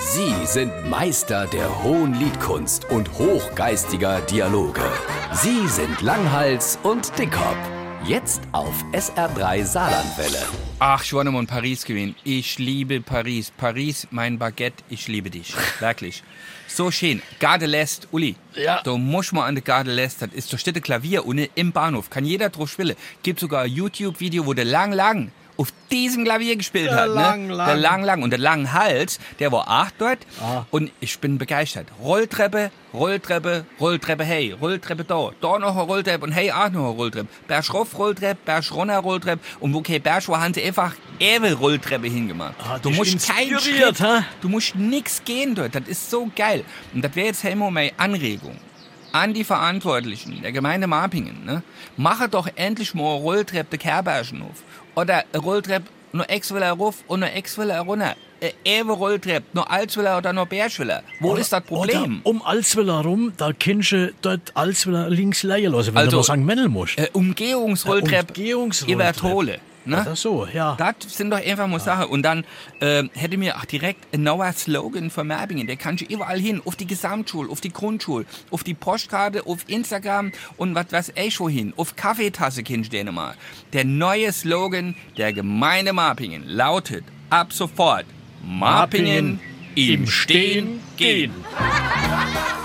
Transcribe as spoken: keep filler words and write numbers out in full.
Sie sind Meister der hohen Liedkunst und hochgeistiger Dialoge. Sie sind Langhals und Dickhop. Jetzt auf S R drei Saarlandwelle. Ach, ich war noch mal in Paris gewesen. Ich liebe Paris. Paris, mein Baguette, ich liebe dich. Wirklich. So schön. Gare de l'Est, Uli. Ja. Du musst mal an der Gare de l'Est. Das ist, da steht ein Klavier unten im Bahnhof. Kann jeder drauf spielen. Gibt sogar ein YouTube-Video, wo der lang, lang auf diesem Klavier gespielt Der hat. lang, ne? lang. Der lang, lang. Und der lange Hals, der war acht dort. Ah. Und ich bin begeistert. Rolltreppe, Rolltreppe, Rolltreppe, hey, Rolltreppe da. Da noch eine Rolltreppe und hey, auch noch eine Rolltreppe. Berg rauf, Rolltreppe, Berg runter, Rolltreppe. Und wo kein Berg war, haben sie einfach ewig Rolltreppe hingemacht. Ah, du dich musst keinen inspiriert, Schritt, hä? du musst nix gehen dort. Das ist so geil. Und das wäre jetzt Helmo meine Anregung an die Verantwortlichen der Gemeinde Marpingen. Ne? Mache doch endlich mal eine Rolltreppe der Kerbergen auf. Oder eine Rolltreppe nur Exwiller rauf und nur Exwiller runter. Eine ewige Rolltreppe, nur Alswiller oder nur Bergschwiller. Wo Oder- ist das Problem? Oder um Alswiller rum, da kannst du dort Alswiller links leien lassen, wenn Also, du nach Sankt Mendel musst. Äh, Umgehungsrolltreppe Umgehungsrolltreppe. über Tole. Ne? Ach so, ja. Das sind doch einfach mal Sachen. Und dann äh, hätte mir auch direkt ein neuer Slogan für Merbingen. Der kann ich überall hin. Auf die Gesamtschule, auf die Grundschule, auf die Postkarte, auf Instagram und was weiß ich schon hin. Auf Kaffeetasse kann ich den mal. Der neue Slogan der Gemeinde Marpingen lautet ab sofort Marpingen im Stehen gehen.